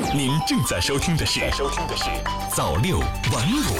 您正在收听的是早六晚五。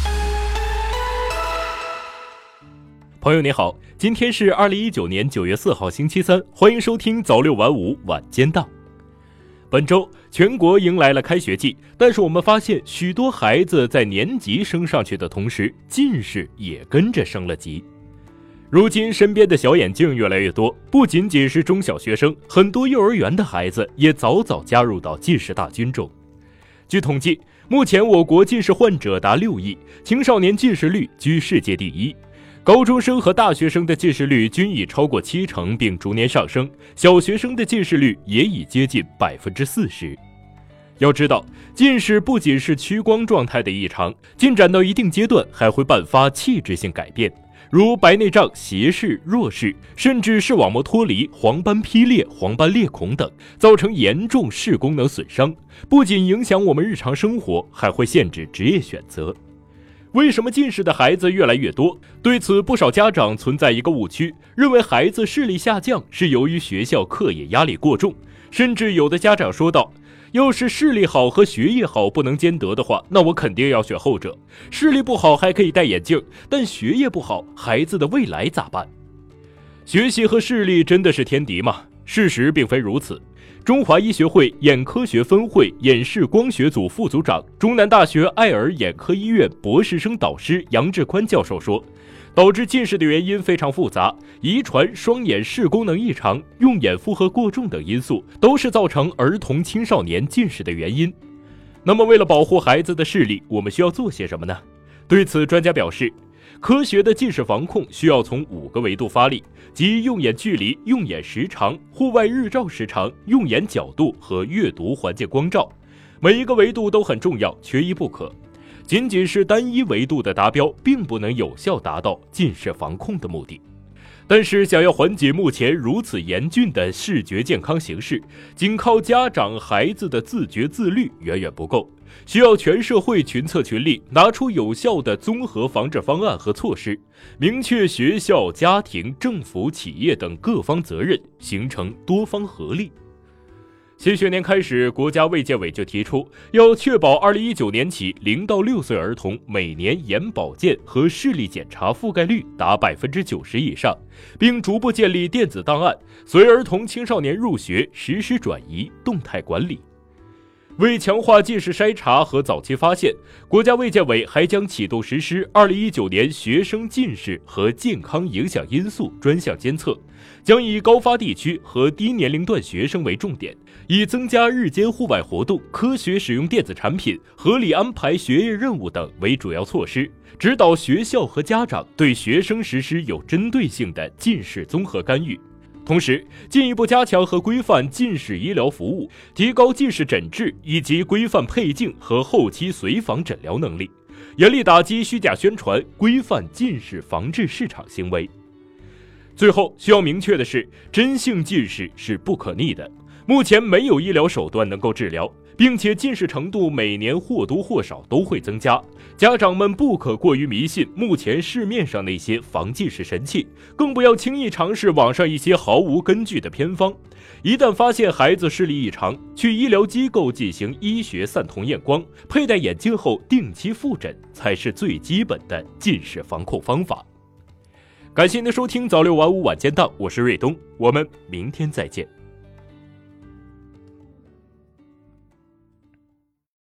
朋友你好，今天是2019年9月4号星期三，欢迎收听早六晚五晚间档。本周全国迎来了开学季，但是我们发现许多孩子在年级升上去的同时，近视也跟着升了级。如今身边的小眼镜越来越多，不仅仅是中小学生，很多幼儿园的孩子也早早加入到近视大军中。据统计，目前我国近视患者达6亿，青少年近视率居世界第一，高中生和大学生的近视率均已超过70%并逐年上升，小学生的近视率也已接近40%。要知道，近视不仅是屈光状态的异常，进展到一定阶段还会伴发器质性改变，如白内障、斜视、弱视，甚至视网膜脱离、黄斑劈裂、黄斑裂孔等，造成严重视功能损伤，不仅影响我们日常生活，还会限制职业选择。为什么近视的孩子越来越多？对此，不少家长存在一个误区，认为孩子视力下降是由于学校课业压力过重，甚至有的家长说道，要是视力好和学业好不能兼得的话，那我肯定要选后者。视力不好还可以戴眼镜，但学业不好，孩子的未来咋办？学习和视力真的是天敌吗？事实并非如此。中华医学会眼科学分会眼视光学组副组长、中南大学爱尔眼科医院博士生导师杨志宽教授说，导致近视的原因非常复杂，遗传、双眼视功能异常、用眼负荷过重等因素都是造成儿童青少年近视的原因。那么为了保护孩子的视力，我们需要做些什么呢？对此，专家表示，科学的近视防控需要从5个维度发力，即用眼距离、用眼时长、户外日照时长、用眼角度和阅读环境光照。每一个维度都很重要，缺一不可。仅仅是单一维度的达标，并不能有效达到近视防控的目的。但是想要缓解目前如此严峻的视觉健康形势，仅靠家长孩子的自觉自律远远不够，需要全社会群策群力，拿出有效的综合防治方案和措施，明确学校、家庭、政府、企业等各方责任，形成多方合力。新学年开始，国家卫健委就提出，要确保2019年起0到6岁儿童每年眼保健和视力检查覆盖率达90%以上，并逐步建立电子档案，随儿童青少年入学实施转移动态管理。为强化近视筛查和早期发现，国家卫健委还将启动实施2019年学生近视和健康影响因素专项监测，将以高发地区和低年龄段学生为重点，以增加日间户外活动、科学使用电子产品、合理安排学业任务等为主要措施，指导学校和家长对学生实施有针对性的近视综合干预。同时，进一步加强和规范近视医疗服务，提高近视诊治以及规范配镜和后期随访诊疗能力，严厉打击虚假宣传，规范近视防治市场行为。最后需要明确的是，真性近视是不可逆的，目前没有医疗手段能够治疗，并且近视程度每年或多或少都会增加。家长们不可过于迷信目前市面上那些防近视神器，更不要轻易尝试网上一些毫无根据的偏方。一旦发现孩子视力异常，去医疗机构进行医学散瞳验光，佩戴眼镜后定期复诊，才是最基本的近视防控方法。感谢您的收听早六晚五晚间档，我是瑞东，我们明天再见。